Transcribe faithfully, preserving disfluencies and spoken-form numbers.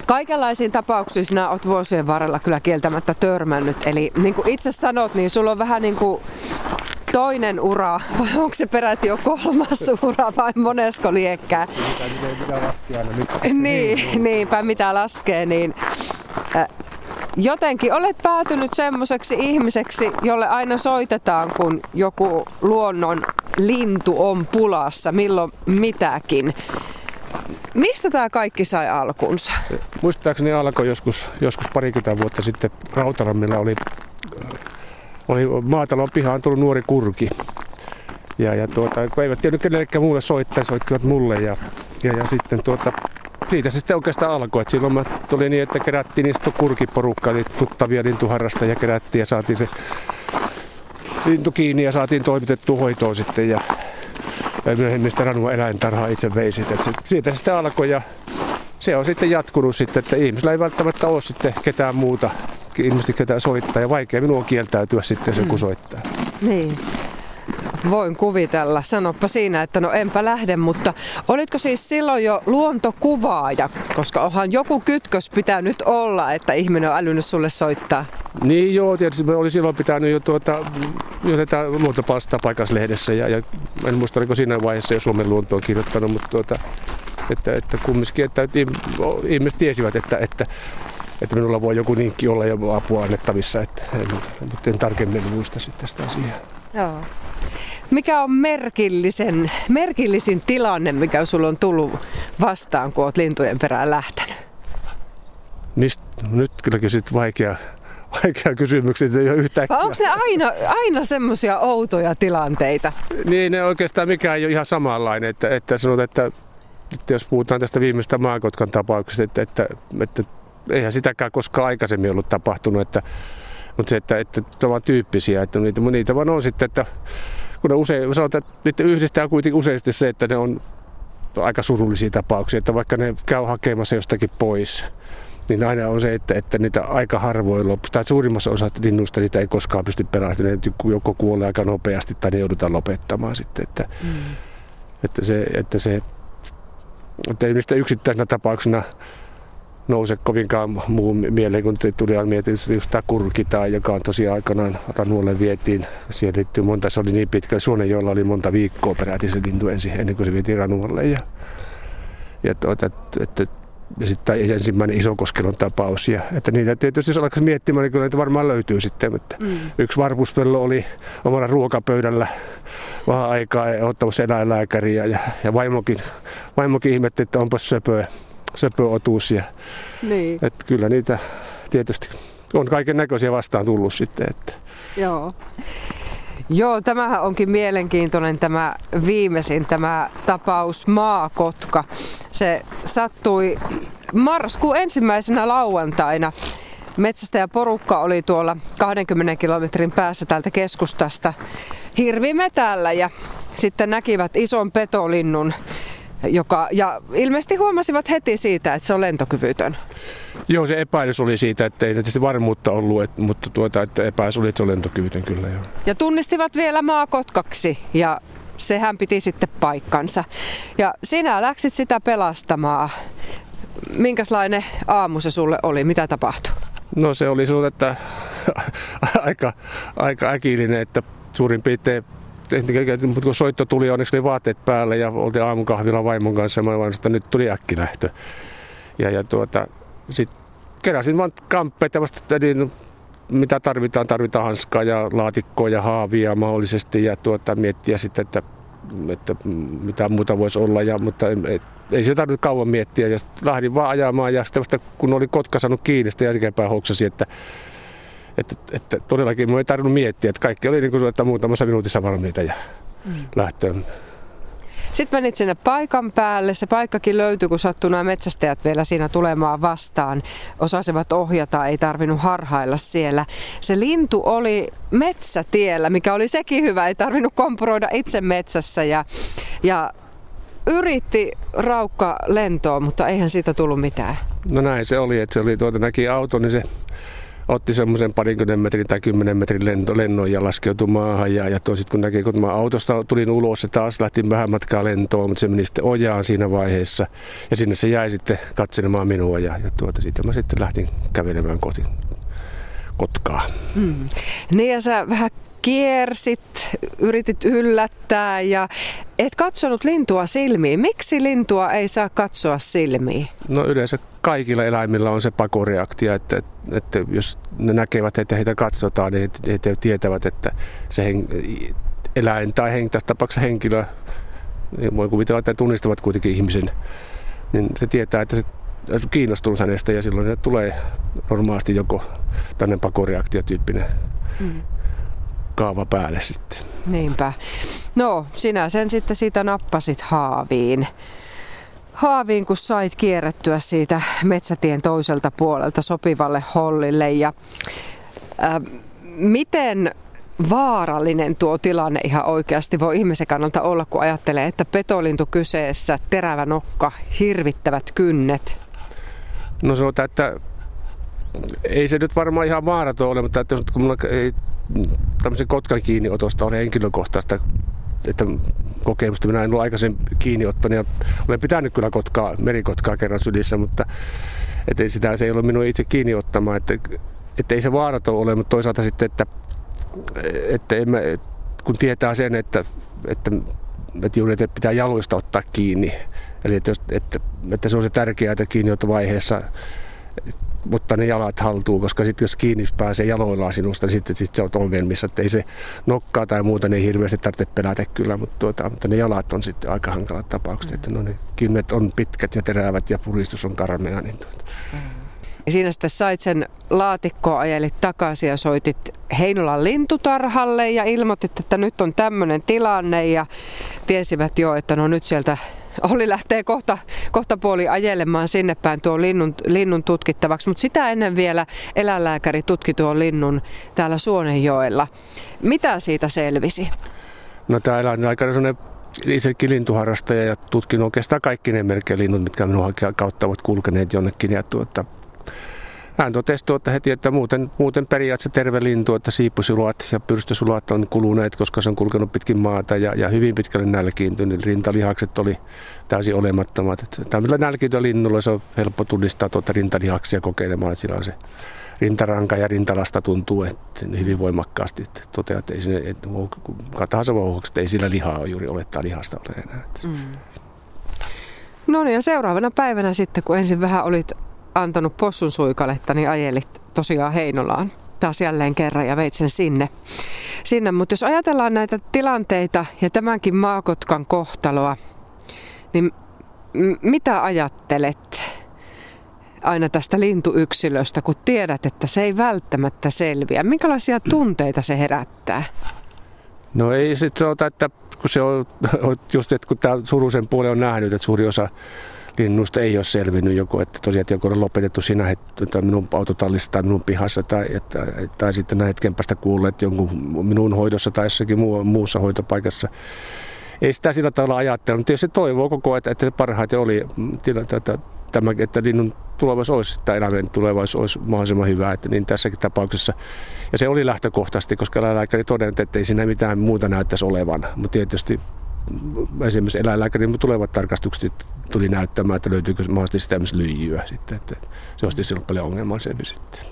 Kaikenlaisiin tapauksiin sinä olet vuosien varrella kyllä kieltämättä törmännyt. Eli niin kuin itse sanot, niin sulla on vähän niin kuin toinen ura, vai onko se peräti jo kolmas ura vai monesko liekkää? Niin, niinpä mitä laskee, niin äh, jotenkin olet päätynyt semmoiseksi ihmiseksi, jolle aina soitetaan, kun joku luonnon lintu on pulassa, milloin mitäkin. Mistä tämä kaikki sai alkunsa? Muistaakseni alkoi joskus, joskus parikymmentä vuotta sitten Rautalammilla oli, oli maatalon pihaan tullut nuori kurki. Ja, ja tuota, kun eivät tiennyt kenellekään muulle soittaa, soittivat mulle. Ja, ja, ja sitten tuota, siitä se sitten oikeastaan alkoi. Et silloin mä tuli niin, että kerättiin niistä kurkiporukkaa, eli tuttavia lintuharrastajia kerättiin ja saatiin se lintu kiinni ja saatiin toimitettua hoitoon sitten. Ja, ja myöhemmin sitä Ranuan eläintarhaa itse vei sitten. Se, siitä se sitten alkoi ja se on sitten jatkunut sitten, että ihmisillä ei välttämättä ole sitten ketään muuta, ilmeisesti ketään soittaa ja vaikea minua on kieltäytyä sitten se, kun soittaa. Niin. Voin kuvitella. Sanoppa siinä, että no enpä lähde, mutta olitko siis silloin jo luontokuvaaja? Koska onhan joku kytkös pitänyt olla, että ihminen on älynyt sulle soittaa. Niin joo, tietysti me oli silloin pitänyt jo, tuota, jo tätä luontopalstaa paikallislehdessä ja, ja en muista oliko siinä vaiheessa jo Suomen luontoon kirjoittanut, mutta tuota, että, että kumminkin, että ihmiset tiesivät, että, että, että minulla voi joku ninkki olla ja apua annettavissa, että en, en tarkemmin muista sitten sitä asiaa. Joo. Mikä on merkillisen, merkillisin tilanne, mikä sulla on tullut vastaan, kun olet lintujen perään lähtenyt? Niistä, nyt kylläkin sitten vaikea, vaikea kysymyksiä yhtäkkiä. Vai onko ne aina, aina semmoisia outoja tilanteita? Niin, ne oikeastaan mikään ei ole ihan samanlainen. Että, että sanot, että, että jos puhutaan tästä viimeistä maakotkan tapauksesta, että, että, että eihän sitäkään koskaan aikaisemmin ollut tapahtunut. Että, mutta se, että, että ne ovat tyyppisiä, että niitä, niitä vaan on sitten, että kun ne usein, sanotaan, että niitä yhdistää kuitenkin useasti se, että ne on aika surullisia tapauksia, että vaikka ne käy hakemassa jostakin pois, niin aina on se, että, että niitä aika harvoin loppuu. Tai suurimmassa osassa linnuista niitä ei koskaan pysty pelastamaan, ne joko kuolee aika nopeasti tai ne joudutaan lopettamaan sitten. Että, mm. että se, että se, että ei niistä yksittäisenä tapauksena nouse kovinkaan muun mieleen, kun tuli aina mietin, just tämä kurkitaa, joka on tosiaan aikanaan Ranualle vietiin. Siihen liittyy monta, se oli niin pitkä Suonenjoella oli monta viikkoa peräti se lintu ensin, ennen kuin se vietiin Ranualle. Ja, ja, tuota, että, ja sitten ensimmäinen Isokoskelon tapaus. Ja, että niitä tietysti jos alkaisi miettimään, niin kyllä niitä varmaan löytyy sitten. Mutta mm. Yksi varpusvello oli omalla ruokapöydällä vähän aikaa ottamassa eläinlääkäriä ja, ja vaimokin, vaimokin ihmetti, että onpas söpöä. söpöotuus. Ja, niin. Että kyllä niitä tietysti on kaiken näköisiä vastaan tullut sitten. Että. Joo. Joo, tämähän onkin mielenkiintoinen tämä viimeisin, tämä tapaus Maakotka. Se sattui marraskuun ensimmäisenä lauantaina. Metsästäjäporukka oli tuolla kahdenkymmenen kilometrin päässä täältä keskustasta hirvimetällä ja sitten näkivät ison petolinnun. Joka, ja ilmeisesti huomasivat heti siitä, että se on lentokyvytön. Joo, se epäilys oli siitä, että ei tietysti varmuutta ollut, että, mutta tuota, että epäilys oli, että se on lentokyvytön kyllä. Joo. Ja tunnistivat vielä maakotkaksi ja sehän piti sitten paikkansa. Ja sinä läksit sitä pelastamaan. Minkälainen aamu se sulle oli? Mitä tapahtui? No se oli sinulta, että aika, aika äkillinen, että suurin piirtein. Mutta kun soitto tuli, onneksi oli vaatteet päälle ja oltiin aamukahvilla vaimon kanssa ja mä vaan, että nyt tuli äkkilähtö. Ja, ja tuota, sitten keräsin vaan kamppeita, niin mitä tarvitaan, tarvitaan hanskaa ja laatikkoa ja haavia mahdollisesti ja tuota, miettiä sitten, että, että mitä muuta voisi olla, ja, mutta ei, ei se tarvitse kauan miettiä ja lähdin vaan ajamaan ja sitten vasta kun oli kotka saanut kiinni, sitten jälkeenpäin hoksasi, että Että, että todellakin minun ei tarvinnut miettiä, että kaikki oli niin kuin että muutamassa minuutissa valmiita ja mm. lähtöön. Sitten menit sinne paikan päälle. Se paikkakin löytyi, kun sattui nämä metsästäjät vielä siinä tulemaan vastaan. Osasivat ohjata, ei tarvinnut harhailla siellä. Se lintu oli metsätiellä, mikä oli sekin hyvä. Ei tarvinnut kompuroida itse metsässä ja, ja yritti raukka lentoon, mutta eihän siitä tullut mitään. No näin se oli, että se oli tuota näki auton, niin se otti semmoisen parinkymmenen metrin tai kymmenen metrin lento, lennon ja laskeutui maahan. Ja, ja toisit kun näki, kun mä autosta tulin ulos, se taas lähti vähän matkaa lentoon, mutta se meni sitten ojaan siinä vaiheessa. Ja sinne se jäi sitten katselemaan minua ja, ja tuota, siitä mä sitten lähtin kävelemään kohti Kotkaa. Mm. Niin ja sä vähän kiersit, yritit yllättää ja et katsonut lintua silmiin. Miksi lintua ei saa katsoa silmiin? No yleensä kaikilla eläimillä on se pakoreaktio, että, että jos ne näkevät, että heitä katsotaan, niin he tietävät, että se hen, eläin tai hen, tässä tapauksessa henkilö, voi kuvitella, että tunnistavat kuitenkin ihmisen, niin se tietää, että se on kiinnostunut hänestä ja silloin tulee normaalisti joko tämmöinen pakoreaktiotyyppinen mm. kaava päälle sitten. Niinpä. No, sinä sen sitten siitä nappasit haaviin. Haaviin, kun sait kierrettyä siitä metsätien toiselta puolelta sopivalle hollille. Ja, äh, miten vaarallinen tuo tilanne ihan oikeasti voi ihmisen kannalta olla, kun ajattelee, että petolintu kyseessä, terävä nokka, hirvittävät kynnet? No sanotaan, että ei se nyt varmaan ihan vaaraton ole, mutta että kun minulla ei tämmöisen kotkan kiinniotosta ole henkilökohtaista että kokemusta. Minä en ollut aikaisemmin kiinniottanut ja olen pitänyt kyllä kotkaa, merikotkaa kerran sylissä, mutta ettei sitä, se ei ole minun itse kiinni ottamaan. Että, että ei se vaaraton ole, mutta toisaalta sitten, että, että emme, kun tietää sen, että, että, että juuri että pitää jaloista ottaa kiinni. Eli että, jos, että, että se on se tärkeää, että kiinniottovaiheessa mutta ne jalat haltuun, koska sitten jos kiinni pääsee jaloillaan sinusta, niin sitten sit se on ongelmissa. Että ei se nokkaa tai muuta, niin ei hirveästi tarvitse pelätä kyllä, mutta, tuota, mutta ne jalat on sitten aika hankalat tapaukset. Mm. Että no, ne kynnet on pitkät ja terävät ja puristus on karmea. Niin tuota. mm. Ja siinä sitten sait sen laatikkoa, ajelit takaisin ja soitit Heinolan lintutarhalle ja ilmoitit, että nyt on tämmöinen tilanne ja tiesivät jo, että no nyt sieltä Olli lähtee kohta, kohta puoli ajelemaan sinne päin tuon linnun, linnun tutkittavaksi, mutta sitä ennen vielä eläinlääkäri tutki tuon linnun täällä Suonenjoella. Mitä siitä selvisi? No tämä eläinlääkäri on sellainen itsekin lintuharrastaja ja tutkin oikeastaan kaikki ne melkein linnut, mitkä minun kautta ovat kulkeneet jonnekin. Ja tuota, hän totesi tuota heti, että muuten, muuten periaatteessa terve lintu, että siipusulat ja pyrstösulat on kuluneet, koska se on kulkenut pitkin maata ja, ja hyvin pitkälle nälkiintynyt. Rintalihakset oli täysin olemattomat. Tämmöillä nälkiintyä linnulla se on helppo tunnistaa tuota rintalihaksia kokeilemaan, että sillä on se rintaranka ja rintalasta tuntuu että hyvin voimakkaasti. Että toteaa, että ei sinne, että kuka tahansa vauhukset, että ei sillä lihaa juuri olettaa lihasta ole enää. Mm. No niin, ja seuraavana päivänä sitten, kun ensin vähän olit antanut possun suikaletta, niin ajelit tosiaan Heinolaan taas jälleen kerran ja veit sen sinne. sinne. Mutta jos ajatellaan näitä tilanteita ja tämänkin maakotkan kohtaloa, niin m- mitä ajattelet aina tästä lintuyksilöstä, kun tiedät, että se ei välttämättä selviä? Minkälaisia tunteita se herättää? No ei sitten sanota, että kun se on just, että kun tämä suruisen puolen on nähnyt, että suuri osa linnusta ei ole selvinnyt joko, että tosiaan että joko on lopetettu siinä että minun autotallissa tai minun pihassa tai, että, tai sitten näin hetken päästä kuulleet jonkun minun hoidossa tai jossakin muu, muussa hoitopaikassa. Ei sitä sillä tavalla ajattele, mutta jos se toivoo koko ajan, että parhaiten oli, että, tämä, että linnun tulevaisuus olisi, että eläimen tulevaisuus olisi mahdollisimman hyvä, että niin tässäkin tapauksessa. Ja se oli lähtökohtaisesti, koska eläinlääkäri todennut, että ei siinä mitään muuta näyttäisi olevan, mutta tietysti esimerkiksi eläinlääkärin tulevat tarkastukset tuli näyttämään, että löytyykö mahdollisesti sitä lyijyä sitten, että se olisi silloin paljon ongelmallisempi sitten.